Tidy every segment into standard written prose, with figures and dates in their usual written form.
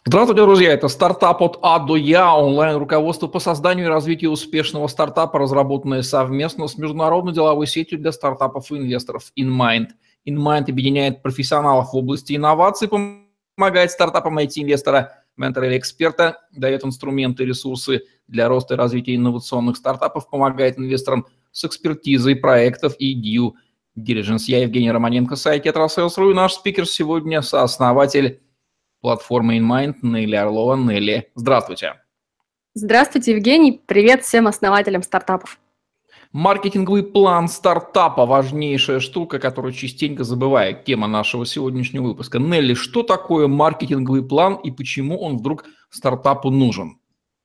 Здравствуйте, друзья! Это стартап от А до Я, онлайн-руководство по созданию и развитию успешного стартапа, разработанное совместно с международной деловой сетью для стартапов и инвесторов InMind. InMind объединяет профессионалов в области инноваций, помогает стартапам найти инвестора, ментора или эксперта, дает инструменты и ресурсы для роста и развития инновационных стартапов, помогает инвесторам с экспертизой проектов и due diligence. Я Евгений Романенко, сайт Tetrasales.ru, и наш спикер сегодня сооснователь платформы InMind Нелли Орлова. Нелли, здравствуйте. Здравствуйте, Евгений. Привет всем основателям стартапов. Маркетинговый план стартапа – важнейшая штука, которую частенько забывает. Тема нашего сегодняшнего выпуска. Нелли, что такое маркетинговый план и почему он вдруг стартапу нужен?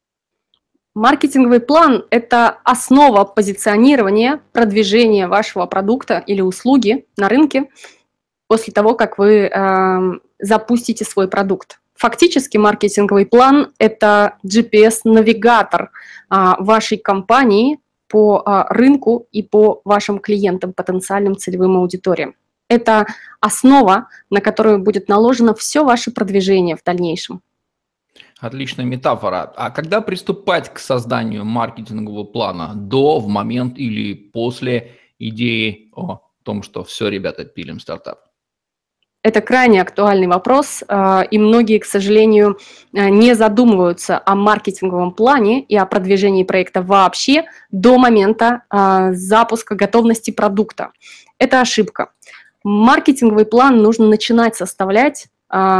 Маркетинговый план – это основа позиционирования, продвижения вашего продукта или услуги на рынке после того, как вы запустите свой продукт. Фактически маркетинговый план – это GPS-навигатор вашей компании по рынку и по вашим клиентам, потенциальным целевым аудиториям. Это основа, на которую будет наложено все ваше продвижение в дальнейшем. Отличная метафора. А когда приступать к созданию маркетингового плана? До, в момент или после идеи о том, что все, ребята, пилим стартап? Это крайне актуальный вопрос, и многие, к сожалению, не задумываются о маркетинговом плане и о продвижении проекта вообще до момента запуска готовности продукта. Это ошибка. Маркетинговый план нужно начинать составлять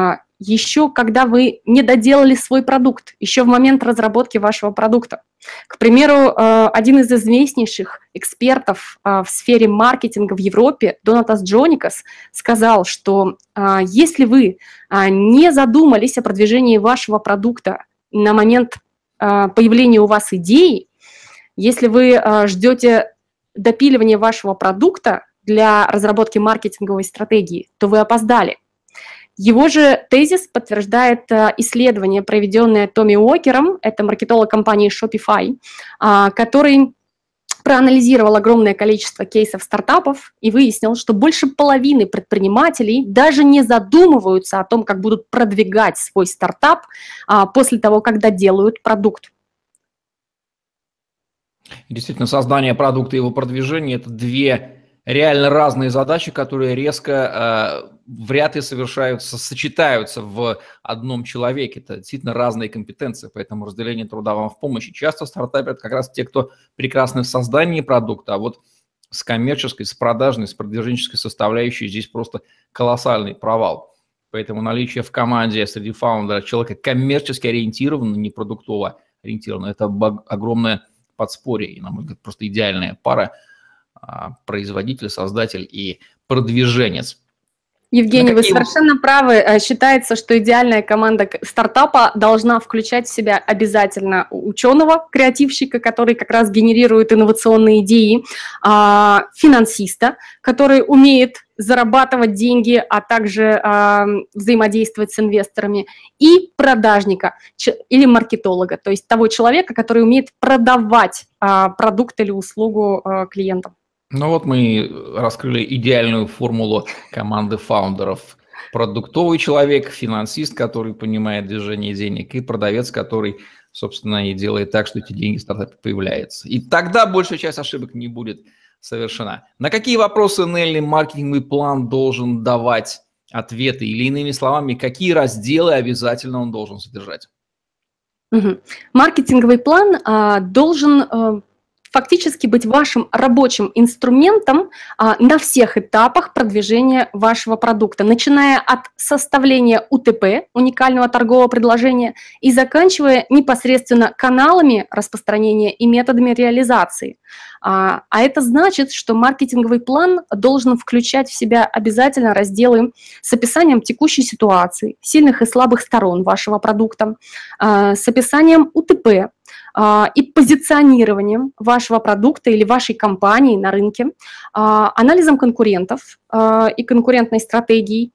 еще когда вы не доделали свой продукт, еще в момент разработки вашего продукта. К примеру, один из известнейших экспертов в сфере маркетинга в Европе, Донатас Джоникас, сказал, что если вы не задумались о продвижении вашего продукта на момент появления у вас идеи, если вы ждете допиливания вашего продукта для разработки маркетинговой стратегии, то вы опоздали. Его же тезис подтверждает исследование, проведенное Томми Уокером, это маркетолог компании Shopify, который проанализировал огромное количество кейсов стартапов и выяснил, что больше половины предпринимателей даже не задумываются о том, как будут продвигать свой стартап после того, когда делают продукт. Действительно, создание продукта и его продвижение – это две реально разные задачи, которые резко вряд ли сочетаются в одном человеке. Это действительно разные компетенции, поэтому разделение труда вам в помощь. И часто стартаперы как раз те, кто прекрасны в создании продукта, а вот с коммерческой, с продажной, с продвиженческой составляющей здесь просто колоссальный провал. Поэтому наличие в команде среди фаундера человека коммерчески ориентированного, не продуктово ориентированного, это огромное подспорье и, на мой взгляд, просто идеальная пара производитель, создатель и продвиженец. Евгений, вы совершенно правы. Считается, что идеальная команда стартапа должна включать в себя обязательно ученого, креативщика, который как раз генерирует инновационные идеи, финансиста, который умеет зарабатывать деньги, а также взаимодействовать с инвесторами, и продажника или маркетолога, то есть того человека, который умеет продавать продукт или услугу клиентам. Ну вот мы раскрыли идеальную формулу команды фаундеров. Продуктовый человек, финансист, который понимает движение денег, и продавец, который, собственно, и делает так, что эти деньги в стартапе появляются. И тогда большая часть ошибок не будет совершена. На какие вопросы, Нелли, маркетинговый план должен давать ответы? Или иными словами, какие разделы обязательно он должен содержать? Маркетинговый план должен фактически быть вашим рабочим инструментом на всех этапах продвижения вашего продукта, начиная от составления УТП, уникального торгового предложения, и заканчивая непосредственно каналами распространения и методами реализации. А это значит, что маркетинговый план должен включать в себя обязательно разделы с описанием текущей ситуации, сильных и слабых сторон вашего продукта, с описанием УТП, и позиционированием вашего продукта или вашей компании на рынке, анализом конкурентов и конкурентной стратегией,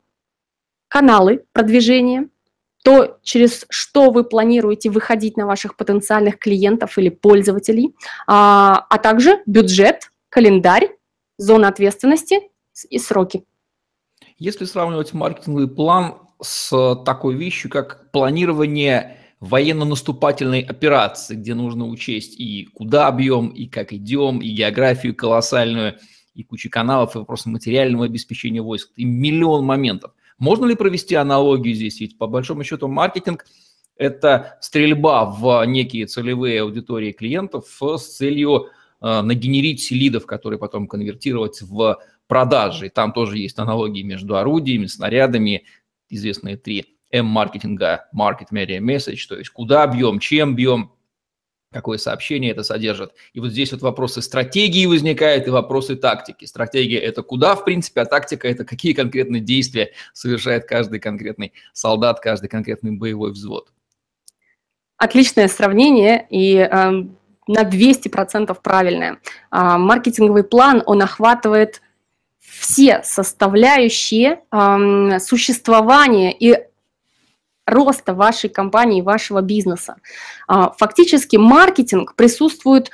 каналы продвижения, то, через что вы планируете выходить на ваших потенциальных клиентов или пользователей, а также бюджет, календарь, зона ответственности и сроки. Если сравнивать маркетинговый план с такой вещью, как планирование военно-наступательной операции, где нужно учесть и куда бьем, и как идем, и географию колоссальную, и кучу каналов, и вопросы материального обеспечения войск, и миллион моментов. Можно ли провести аналогию здесь? Ведь по большому счету маркетинг – это стрельба в некие целевые аудитории клиентов с целью нагенерить лидов, которые потом конвертировать в продажи. И там тоже есть аналогии между орудиями, снарядами, известные 3 М маркетинга, Market, Media, Message, то есть куда бьем, чем бьем, какое сообщение это содержит. И вот здесь вот вопросы стратегии возникают и вопросы тактики. Стратегия – это куда, в принципе, а тактика – это какие конкретные действия совершает каждый конкретный солдат, каждый конкретный боевой взвод. Отличное сравнение и на 200% правильное. Маркетинговый план, он охватывает все составляющие существования и роста вашей компании, вашего бизнеса. Фактически маркетинг присутствует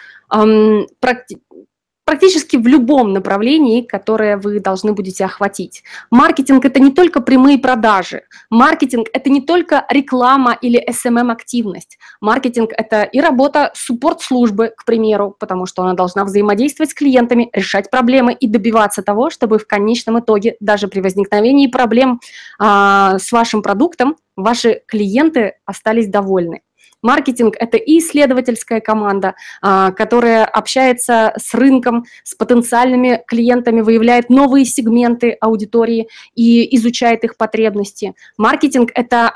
практически в любом направлении, которое вы должны будете охватить. Маркетинг – это не только прямые продажи. Маркетинг – это не только реклама или SMM-активность. Маркетинг – это и работа суппорт-службы, к примеру, потому что она должна взаимодействовать с клиентами, решать проблемы и добиваться того, чтобы в конечном итоге, даже при возникновении проблем с вашим продуктом, ваши клиенты остались довольны. Маркетинг – это и исследовательская команда, которая общается с рынком, с потенциальными клиентами, выявляет новые сегменты аудитории и изучает их потребности. Маркетинг – это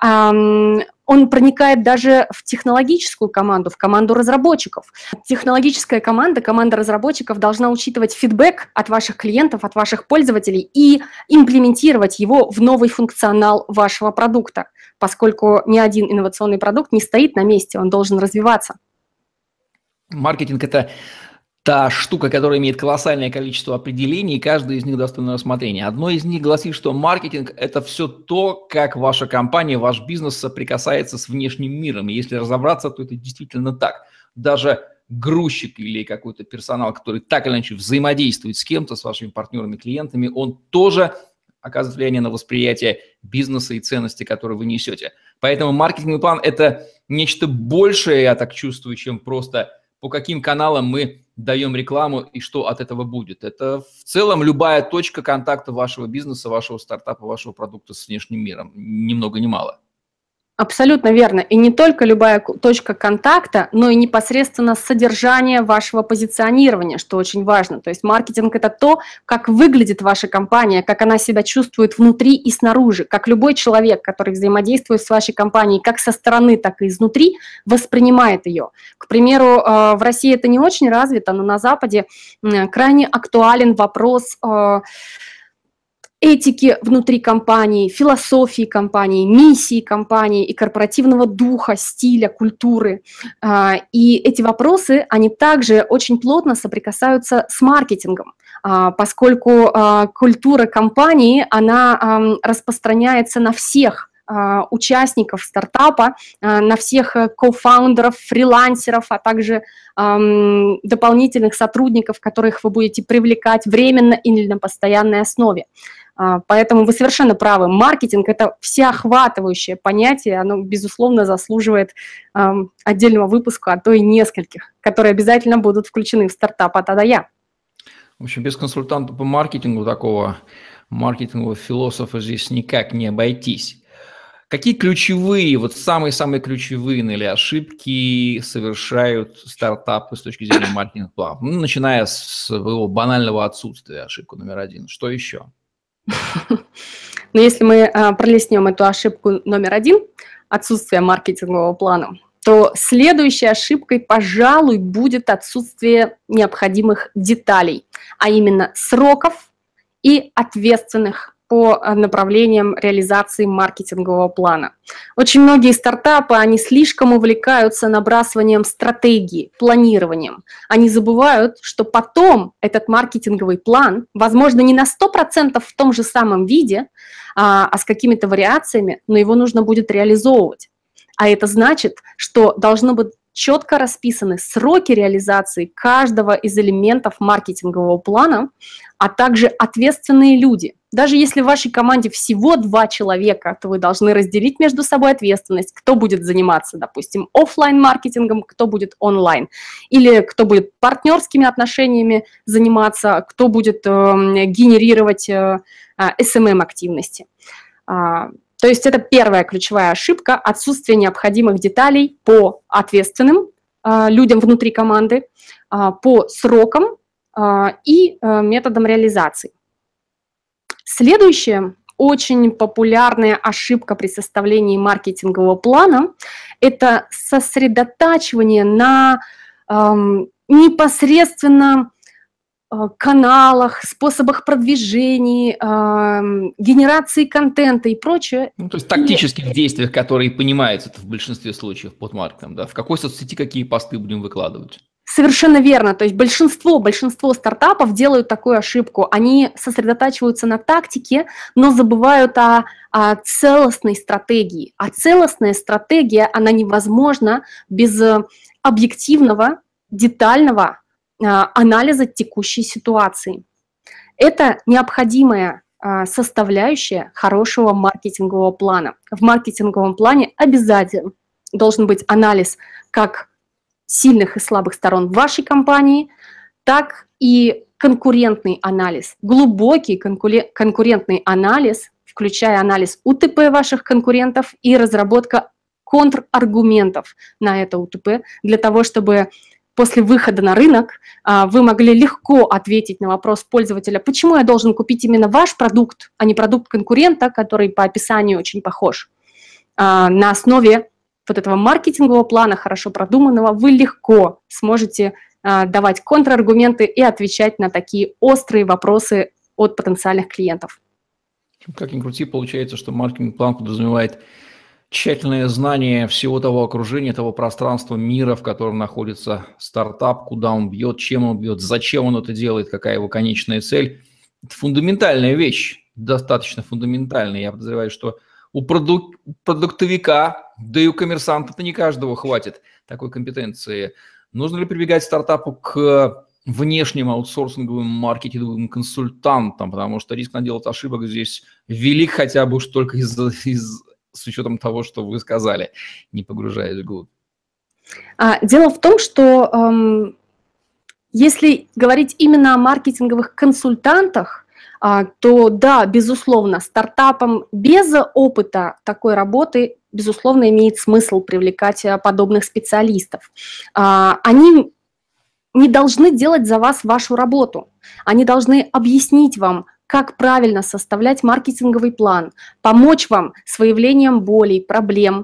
он проникает даже в технологическую команду, в команду разработчиков. Технологическая команда, команда разработчиков должна учитывать фидбэк от ваших клиентов, от ваших пользователей и имплементировать его в новый функционал вашего продукта, поскольку ни один инновационный продукт не стоит на месте, он должен развиваться. Маркетинг – это та штука, которая имеет колоссальное количество определений, и каждое из них достойно рассмотрения. Одно из них гласит, что маркетинг – это все то, как ваша компания, ваш бизнес соприкасается с внешним миром. И если разобраться, то это действительно так. Даже грузчик или какой-то персонал, который так или иначе взаимодействует с кем-то, с вашими партнерами, клиентами, он тоже оказывает влияние на восприятие бизнеса и ценности, которые вы несете. Поэтому маркетинговый план – это нечто большее, я так чувствую, чем просто по каким каналам мы даем рекламу и что от этого будет. Это в целом любая точка контакта вашего бизнеса, вашего стартапа, вашего продукта с внешним миром. Ни много ни мало. Абсолютно верно. И не только любая точка контакта, но и непосредственно содержание вашего позиционирования, что очень важно. То есть маркетинг – это то, как выглядит ваша компания, как она себя чувствует внутри и снаружи, как любой человек, который взаимодействует с вашей компанией, как со стороны, так и изнутри, воспринимает ее. К примеру, в России это не очень развито, но на Западе крайне актуален вопрос этики внутри компании, философии компании, миссии компании и корпоративного духа, стиля, культуры. И эти вопросы, они также очень плотно соприкасаются с маркетингом, поскольку культура компании, она распространяется на всех участников стартапа, на всех кофаундеров, фрилансеров, а также дополнительных сотрудников, которых вы будете привлекать временно или на постоянной основе. Поэтому вы совершенно правы. Маркетинг – это всеохватывающее понятие, оно, безусловно, заслуживает отдельного выпуска, а то и нескольких, которые обязательно будут включены в стартап от А до Я. В общем, без консультанта по маркетингу, такого маркетингового философа здесь никак не обойтись. Какие ключевые, вот самые-самые ключевые или ошибки совершают стартапы с точки зрения маркетингового плана? Ну, начиная с его банального отсутствия, ошибку номер 1. Что еще? Но если мы пролистнем эту ошибку номер 1, отсутствие маркетингового плана, то следующей ошибкой, пожалуй, будет отсутствие необходимых деталей, а именно сроков и ответственных по направлениям реализации маркетингового плана. Очень многие стартапы, они слишком увлекаются набрасыванием стратегии, планированием. Они забывают, что потом этот маркетинговый план, возможно, не на 100% в том же самом виде, а с какими-то вариациями, но его нужно будет реализовывать. А это значит, что должно быть четко расписаны сроки реализации каждого из элементов маркетингового плана, а также ответственные люди. Даже если в вашей команде всего 2 человека, то вы должны разделить между собой ответственность, кто будет заниматься, допустим, офлайн-маркетингом, кто будет онлайн, или кто будет партнерскими отношениями заниматься, кто будет генерировать SMM-активности. То есть это первая ключевая ошибка – отсутствие необходимых деталей по ответственным людям внутри команды, по срокам и методам реализации. Следующая очень популярная ошибка при составлении маркетингового плана – это сосредотачивание на непосредственно каналах, способах продвижения, генерации контента и прочее. Ну, то есть тактических действиях, которые понимаются в большинстве случаев под маркетингом, да? В какой соцсети какие посты будем выкладывать? Совершенно верно. То есть большинство стартапов делают такую ошибку. Они сосредотачиваются на тактике, но забывают о целостной стратегии. А целостная стратегия, она невозможна без объективного, детального анализа текущей ситуации. Это необходимая составляющая хорошего маркетингового плана. В маркетинговом плане обязательно должен быть анализ как сильных и слабых сторон вашей компании, так и конкурентный анализ, глубокий конкурентный анализ, включая анализ УТП ваших конкурентов и разработка контраргументов на это УТП для того, чтобы после выхода на рынок вы могли легко ответить на вопрос пользователя, почему я должен купить именно ваш продукт, а не продукт конкурента, который по описанию очень похож. На основе вот этого маркетингового плана, хорошо продуманного, вы легко сможете давать контраргументы и отвечать на такие острые вопросы от потенциальных клиентов. Как ни крути, получается, что маркетинг-план подразумевает тщательное знание всего того окружения, того пространства мира, в котором находится стартап, куда он бьет, чем он бьет, зачем он это делает, какая его конечная цель. Это фундаментальная вещь, достаточно фундаментальная. Я подозреваю, что у продуктовика, да и у коммерсанта-то не каждого хватит такой компетенции. Нужно ли прибегать стартапу к внешним аутсорсинговым маркетинговым консультантам, потому что риск наделать ошибок здесь велик хотя бы уж только с учетом того, что вы сказали, не погружаясь вглубь. Дело в том, что если говорить именно о маркетинговых консультантах, то да, безусловно, стартапам без опыта такой работы, безусловно, имеет смысл привлекать подобных специалистов. Они не должны делать за вас вашу работу, они должны объяснить вам, как правильно составлять маркетинговый план, помочь вам с выявлением болей, проблем,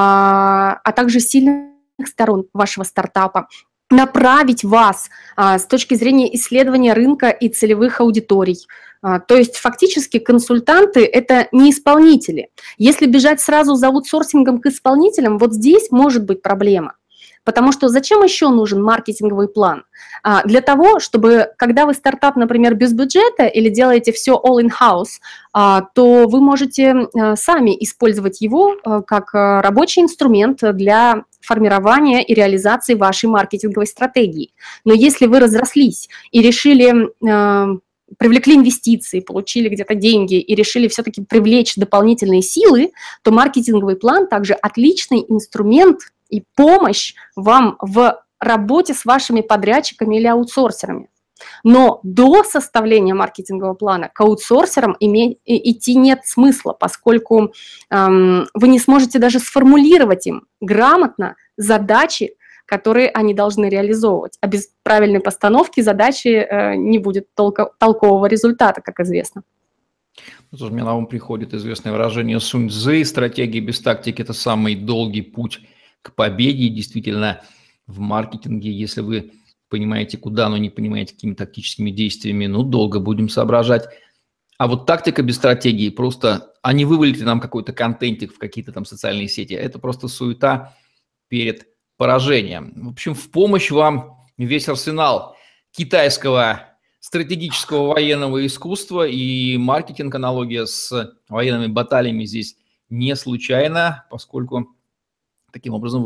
а также сильных сторон вашего стартапа, направить вас с точки зрения исследования рынка и целевых аудиторий. То есть фактически консультанты – это не исполнители. Если бежать сразу за аутсорсингом к исполнителям, вот здесь может быть проблема. Потому что зачем еще нужен маркетинговый план? Для того, чтобы, когда вы стартап, например, без бюджета или делаете все all in-house, то вы можете сами использовать его как рабочий инструмент для формирования и реализации вашей маркетинговой стратегии. Но если вы разрослись и решили, привлекли инвестиции, получили где-то деньги и решили все-таки привлечь дополнительные силы, то маркетинговый план также отличный инструмент и помощь вам в работе с вашими подрядчиками или аутсорсерами. Но до составления маркетингового плана к аутсорсерам идти нет смысла, поскольку вы не сможете даже сформулировать им грамотно задачи, которые они должны реализовывать. А без правильной постановки задачи не будет толкового результата, как известно. Тут мне на ум приходит известное выражение Сунь Цзы: стратегия без тактики – это самый долгий путь к победе. И действительно, в маркетинге, если вы понимаете куда, но не понимаете какими тактическими действиями, ну, долго будем соображать. А вот тактика без стратегии просто, а не вывалите нам какой-то контентик в какие-то там социальные сети, это просто суета перед поражением. В общем, в помощь вам весь арсенал китайского стратегического военного искусства, и маркетинг, аналогия с военными баталиями здесь не случайна, поскольку таким образом вы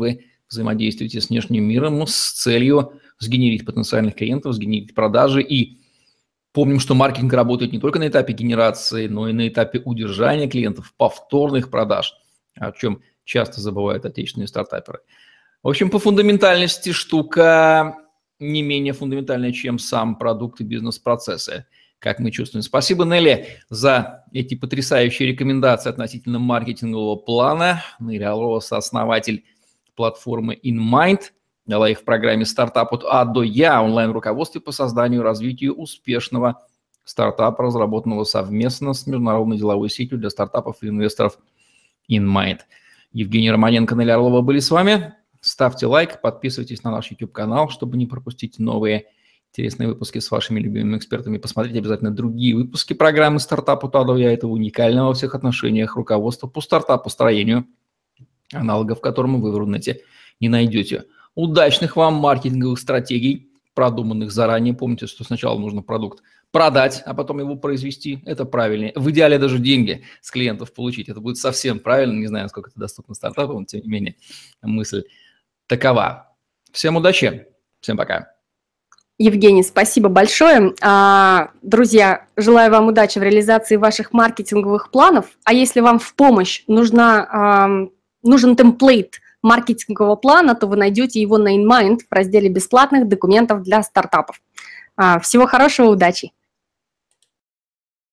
взаимодействуете с внешним миром с целью сгенерить потенциальных клиентов, сгенерить продажи. И помним, что маркетинг работает не только на этапе генерации, но и на этапе удержания клиентов, повторных продаж, о чем часто забывают отечественные стартаперы. В общем, по фундаментальности штука не менее фундаментальная, чем сам продукт и бизнес-процессы, как мы чувствуем. Спасибо, Нелли, за эти потрясающие рекомендации относительно маркетингового плана. Нелли Орлова, сооснователь платформы InMind, дала их в программе «Стартап от А до Я», онлайн-руководстве по созданию и развитию успешного стартапа, разработанного совместно с международной деловой сетью для стартапов и инвесторов InMind. Евгений Романенко, Нелли Орлова были с вами. Ставьте лайк, подписывайтесь на наш YouTube-канал, чтобы не пропустить новые интересные выпуски с вашими любимыми экспертами. Посмотрите обязательно другие выпуски программы «Стартап от А до Я». Это уникальное во всех отношениях руководство по стартап-построению, аналогов которому вы в Рунете не найдете. Удачных вам маркетинговых стратегий, продуманных заранее. Помните, что сначала нужно продукт продать, а потом его произвести. Это правильнее. В идеале даже деньги с клиентов получить. Это будет совсем правильно. Не знаю, насколько это доступно стартапам, но тем не менее мысль такова. Всем удачи. Всем пока. Евгений, спасибо большое. Друзья, желаю вам удачи в реализации ваших маркетинговых планов. А если вам в помощь нужен темплейт маркетингового плана, то вы найдете его на InMind в разделе бесплатных документов для стартапов. Всего хорошего, удачи!